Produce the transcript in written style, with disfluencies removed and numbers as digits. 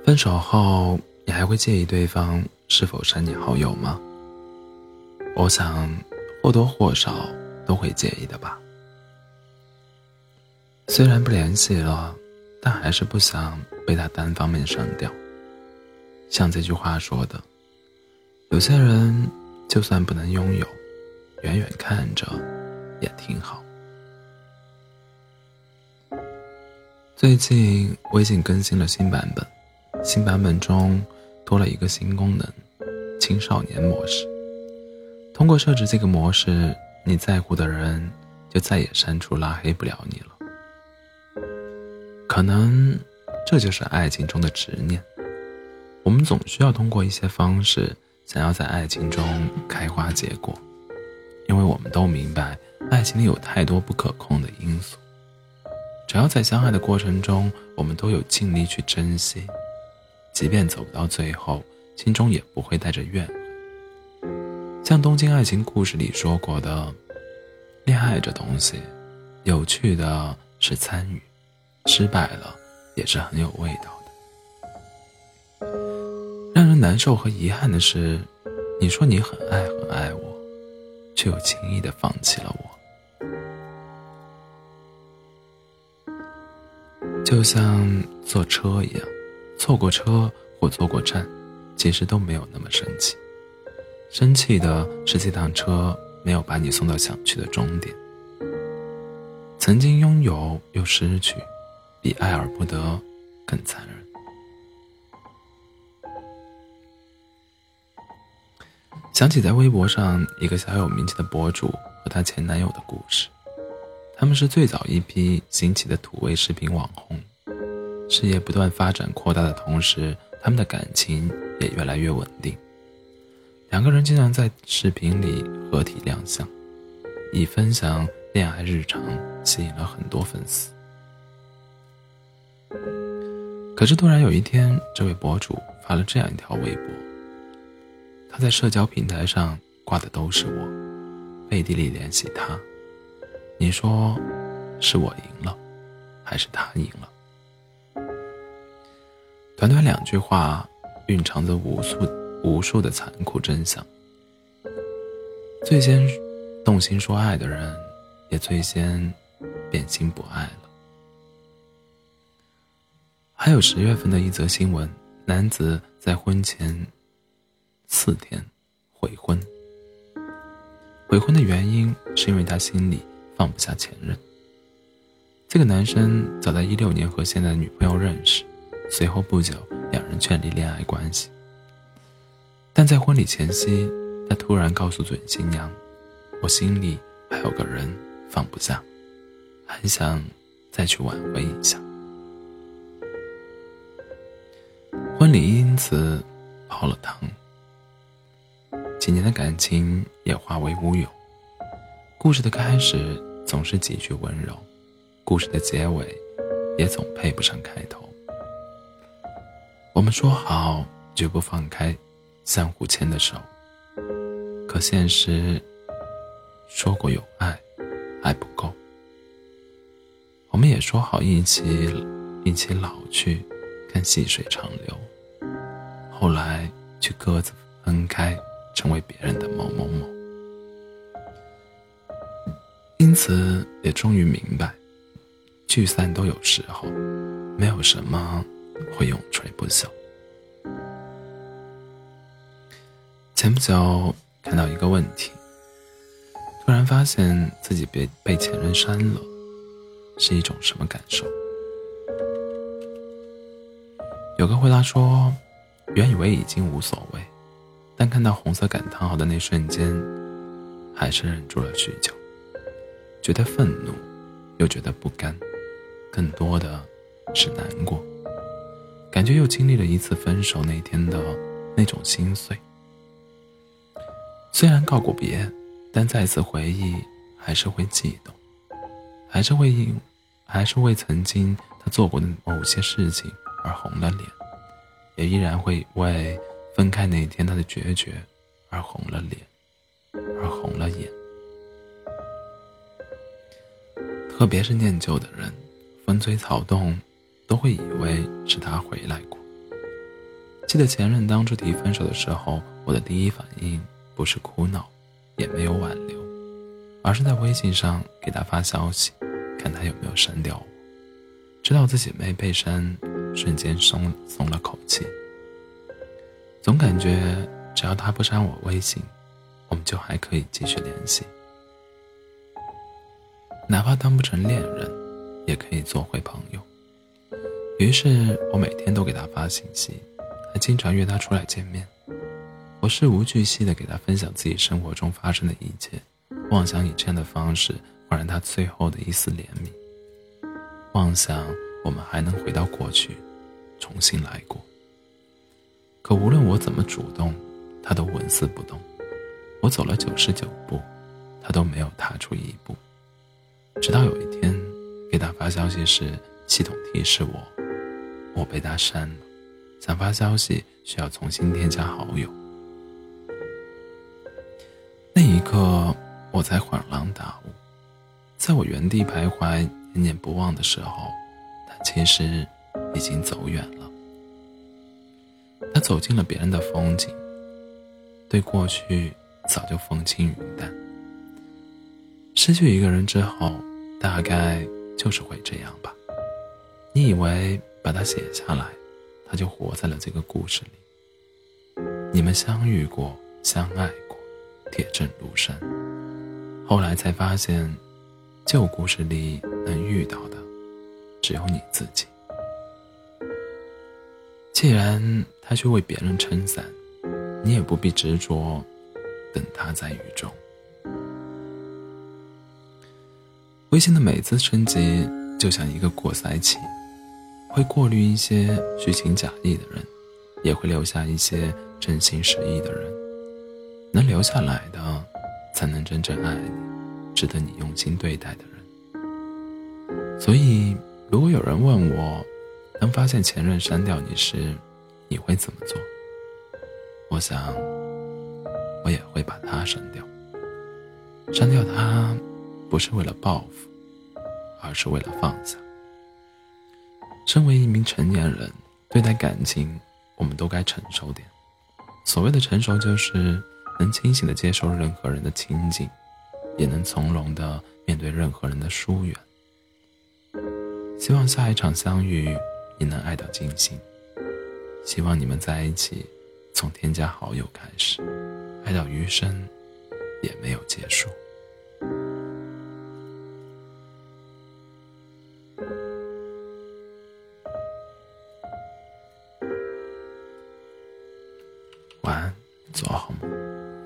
分手后，你还会介意对方是否删你好友吗？我想，或多或少都会介意的吧。虽然不联系了，但还是不想被他单方面删掉。像这句话说的，有些人就算不能拥有，远远看着也挺好。最近微信更新了新版本，新版本中多了一个新功能，青少年模式。通过设置这个模式，你在乎的人就再也删除拉黑不了你了。可能这就是爱情中的执念，我们总需要通过一些方式想要在爱情中开花结果，因为我们都明白爱情里有太多不可控的因素。只要在相爱的过程中，我们都有尽力去珍惜，即便走不到最后，心中也不会带着怨恨。像东京爱情故事里说过的，恋爱这东西，有趣的是参与，失败了也是很有味道的。让人难受和遗憾的是，你说你很爱我，却又轻易地放弃了我。就像坐车一样，错过车或坐过站，其实都没有那么生气。生气的是这趟车没有把你送到想去的终点。曾经拥有又失去，比爱而不得更残忍。想起在微博上一个小有名气的博主和她前男友的故事。他们是最早一批兴起的土味视频网红，事业不断发展扩大的同时，他们的感情也越来越稳定。两个人经常在视频里合体亮相，以分享恋爱日常吸引了很多粉丝。可是突然有一天，这位博主发了这样一条微博，他在社交平台上挂的都是我，背地里联系他。你说是我赢了，还是他赢了？短短2句话，蕴藏着无数的残酷真相。最先动心说爱的人，也最先变心不爱了。还有10月份的一则新闻，男子在婚前4天悔婚。悔婚的原因是因为他心里放不下前任。这个男生早在16年和现在的女朋友认识，随后不久2人确立恋爱关系。但在婚礼前夕，他突然告诉准新娘，我心里还有个人放不下，很想再去挽回一下。婚礼因此泡了汤，几年的感情也化为乌有。故事的开始总是几句温柔，故事的结尾也总配不上开头。我们说好绝不放开相互牵的手，可现实说过有爱，还不够。我们也说好一起老去，看细水长流，后来却各自分开，成为别人的某某某。因此也终于明白，聚散都有时候，没有什么会永垂不朽。前不久看到一个问题，突然发现自己被前任删了，是一种什么感受？有个回答说，原以为已经无所谓，但看到红色感叹号的那瞬间，还是忍住了许久，觉得愤怒，又觉得不甘，更多的是难过，感觉又经历了一次分手那天的那种心碎。虽然告过别，但再次回忆还是会悸动，还是为曾经他做过的某些事情而红了脸，也依然会为分开那天他的决绝而红了脸，而红了眼。特别是念旧的人，风吹草动都会以为是他回来过， 记得前任当初提分手的时候，我的第一反应不是哭闹，也没有挽留，而是在微信上给他发消息，看他有没有删掉我。知道自己没被删，瞬间松了口气。总感觉只要他不删我微信，我们就还可以继续联系，哪怕当不成恋人，也可以做回朋友。于是我每天都给他发信息，还经常约他出来见面。我事无巨细地给他分享自己生活中发生的一切，妄想以这样的方式换来他最后的一丝怜悯，妄想我们还能回到过去，重新来过。可无论我怎么主动，他都纹丝不动。我走了99步，他都没有踏出一步。直到有一天给他发消息时，系统提示我被他删了，想发消息需要重新添加好友。那一刻我才恍然大悟，在我原地徘徊念念不忘的时候，他其实已经走远了。他走进了别人的风景，对过去早就风轻云淡。失去一个人之后，大概就是会这样吧。你以为把它写下来，他就活在了这个故事里。你们相遇过，相爱过，铁证如山。后来才发现，旧故事里能遇到的只有你自己。既然他去为别人撑伞，你也不必执着等他在雨中。微信的每次升级就像一个过筛器，会过滤一些虚情假意的人，也会留下一些真心实意的人。能留下来的，才能真正爱你，值得你用心对待的人。所以如果有人问我，当发现前任删掉你时，你会怎么做？我想我也会把他删掉。删掉他不是为了报复，而是为了放下。身为一名成年人，对待感情我们都该成熟点。所谓的成熟，就是能清醒地接受任何人的亲近，也能从容地面对任何人的疏远。希望下一场相遇你能爱到尽兴，希望你们在一起从添加好友开始，爱到余生也没有结束。晚安，做好梦。